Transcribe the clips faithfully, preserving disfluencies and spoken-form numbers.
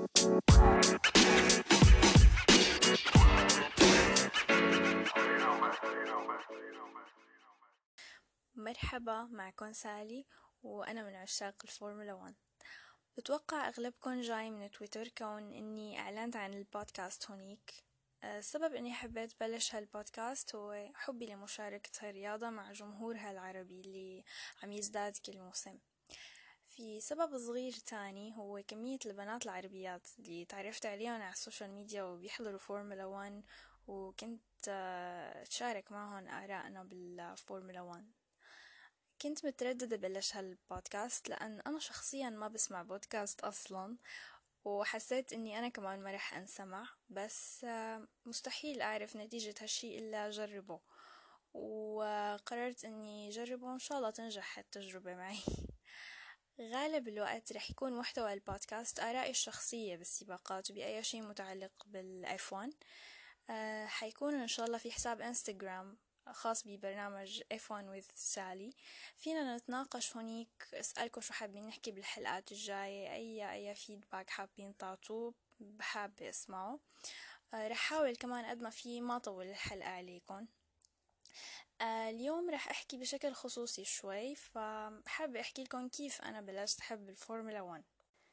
مرحبا، معكم سالي وأنا من عشاق الفورمولا واحد. بتوقع أغلبكم جاي من تويتر كون إني أعلنت عن البودكاست هونيك. السبب إني حبيت بلش هالبودكاست هو حبي لمشاركة هالرياضة مع جمهورها العربي اللي عم يزداد كل موسم. في سبب صغير تاني هو كمية البنات العربيات اللي تعرفت عليهم على السوشيال ميديا وبيحضروا فورمولا واحد، وكنت أتشارك معهم آرائنا بالفورمولا واحد. كنت مترددة بلش هالبودكاست لأن أنا شخصيا ما بسمع بودكاست أصلا، وحسيت إني أنا كمان ما رح أنسمع، بس مستحيل أعرف نتيجة هالشي إلا أجربه، وقررت إني أجربه إن شاء الله تنجح هالتجربة معي. غالب الوقت رح يكون محتوى البودكاست آرائي الشخصية بالسباقات وبأي شيء متعلق بالآيف واحد. أه حيكون إن شاء الله في حساب إنستغرام خاص ببرنامج إف واحد with سالي، فينا نتناقش هونيك، اسألكم شو حابين نحكي بالحلقات الجاية، أي أي فيدباك حابين تعطوه بحاب اسمعه. أه رح حاول كمان قد ما في ما طول الحلقة عليكم. أه اليوم رح أحكي بشكل خصوصي شوي، فحابة أحكي لكم كيف أنا بلشت أحب الفورمولا واحد.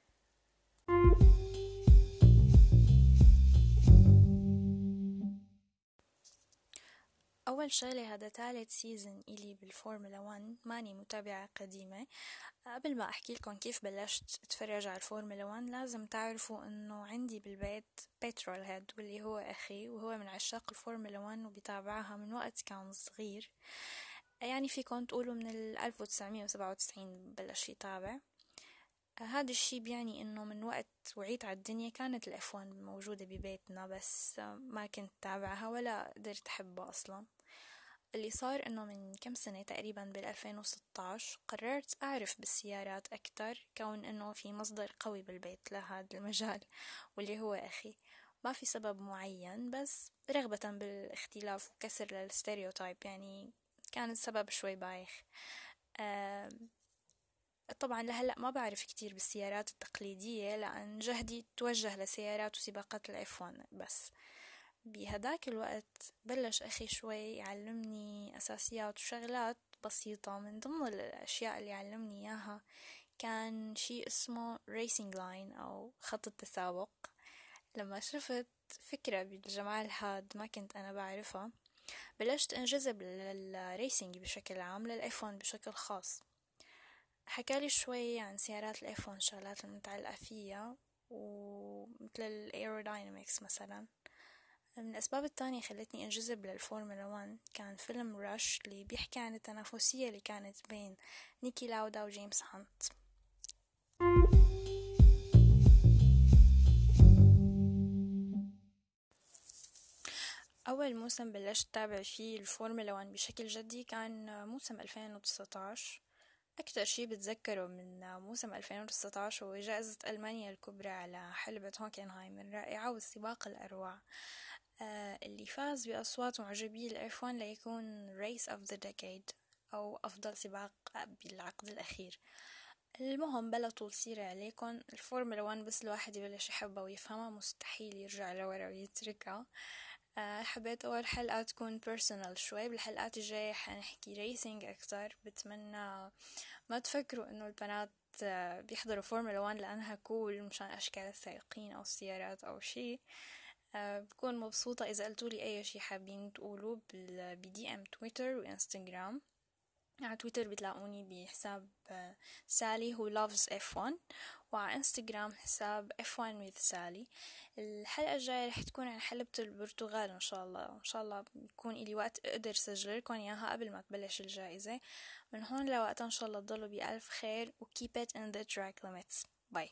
أول شغلة، هذا ثالث سيزن إلي بالفورمولا واحد، ماني متابعة قديمة. قبل ما أحكي لكم كيف بلشت أتفرج على الفورمولا واحد، لازم تعرفوا أنه عندي بالبيت بترول هيد، واللي هو أخي، وهو من عشاق الفورمولا واحد وبيتابعها من وقت كان صغير. يعني فيكم تقولوا من ألف وتسعمية وسبعة وتسعين بلش يتابع. هذا الشي بيعني انه من وقت وعيت على الدنيا كانت الاف واحد موجودة ببيتنا، بس ما كنت تابعها ولا قدرت احبها اصلا. اللي صار انه من كم سنة تقريبا بالألفين وستاش قررت اعرف بالسيارات اكتر، كون انه في مصدر قوي بالبيت لهذا المجال واللي هو اخي. ما في سبب معين، بس رغبة بالاختلاف وكسر للستيريوتايب، يعني كان السبب شوي بايخ. أه طبعا لهلأ ما بعرف كتير بالسيارات التقليدية لأن جهدي توجه لسيارات وسباقات الاف واحد. بس بهداك الوقت بلش أخي شوي يعلمني أساسيات وشغلات بسيطة. من ضمن الأشياء اللي علمني إياها كان شي اسمه racing line أو خط التسابق. لما شفت فكرة بالجمال هاد ما كنت أنا بعرفها، بلشت انجذب للريسينج بشكل عام، للإف واحد بشكل خاص. حكالي شوي عن سيارات الاف واحد، شغلات المتعلقة فيها، ومثل الايروداينامكس مثلا. من الأسباب التانية خلتني انجذب للفورمولا واحد كان فيلم راش اللي بيحكي عن التنافسية اللي كانت بين نيكي لاودا وجيمس هانت. أول موسم بلشت تابع فيه الفورمولا واحد بشكل جدي كان موسم ألفين وتسعتاشر. أكتر شي بتذكره من موسم ألفين وتسعتاشر هو جائزة ألمانيا الكبرى على حلبة هوكنهايم الرائعة والسباق الأروع، آه اللي فاز بأصوات معجبي الإف واحد ليكون Race of the Decade أو أفضل سباق بالعقد الأخير. المهم بلا طول سيرة عليكم، الفورمولا واحد بس الواحد يبلش يحبها ويفهمها مستحيل يرجع لورا ويتركها. أه حبيت أول حلقة تكون personal شوي، بالحلقات الجاية حنحكي ريسينج أكتر. بتمنى ما تفكروا إنه البنات بيحضروا فورمولا واحد لأنها كول مشان أشكال السائقين أو السيارات أو شي. أه بكون مبسوطة إذا قلتولي أي شي حابين تقولوا بدي أم تويتر وإنستغرام. على تويتر بتلاقوني بحساب سالي who loves إف واحد، وعلى انستغرام حساب إف واحد with سالي. الحلقة الجاية رح تكون عن حلبة البرتغال إن شاء الله. إن شاء الله يكون إلي وقت أقدر سجل لكم إياها قبل ما تبلش الجائزة. من هون لوقتها إن شاء الله تضلوا بألف خير و keep it in the track limits. باي.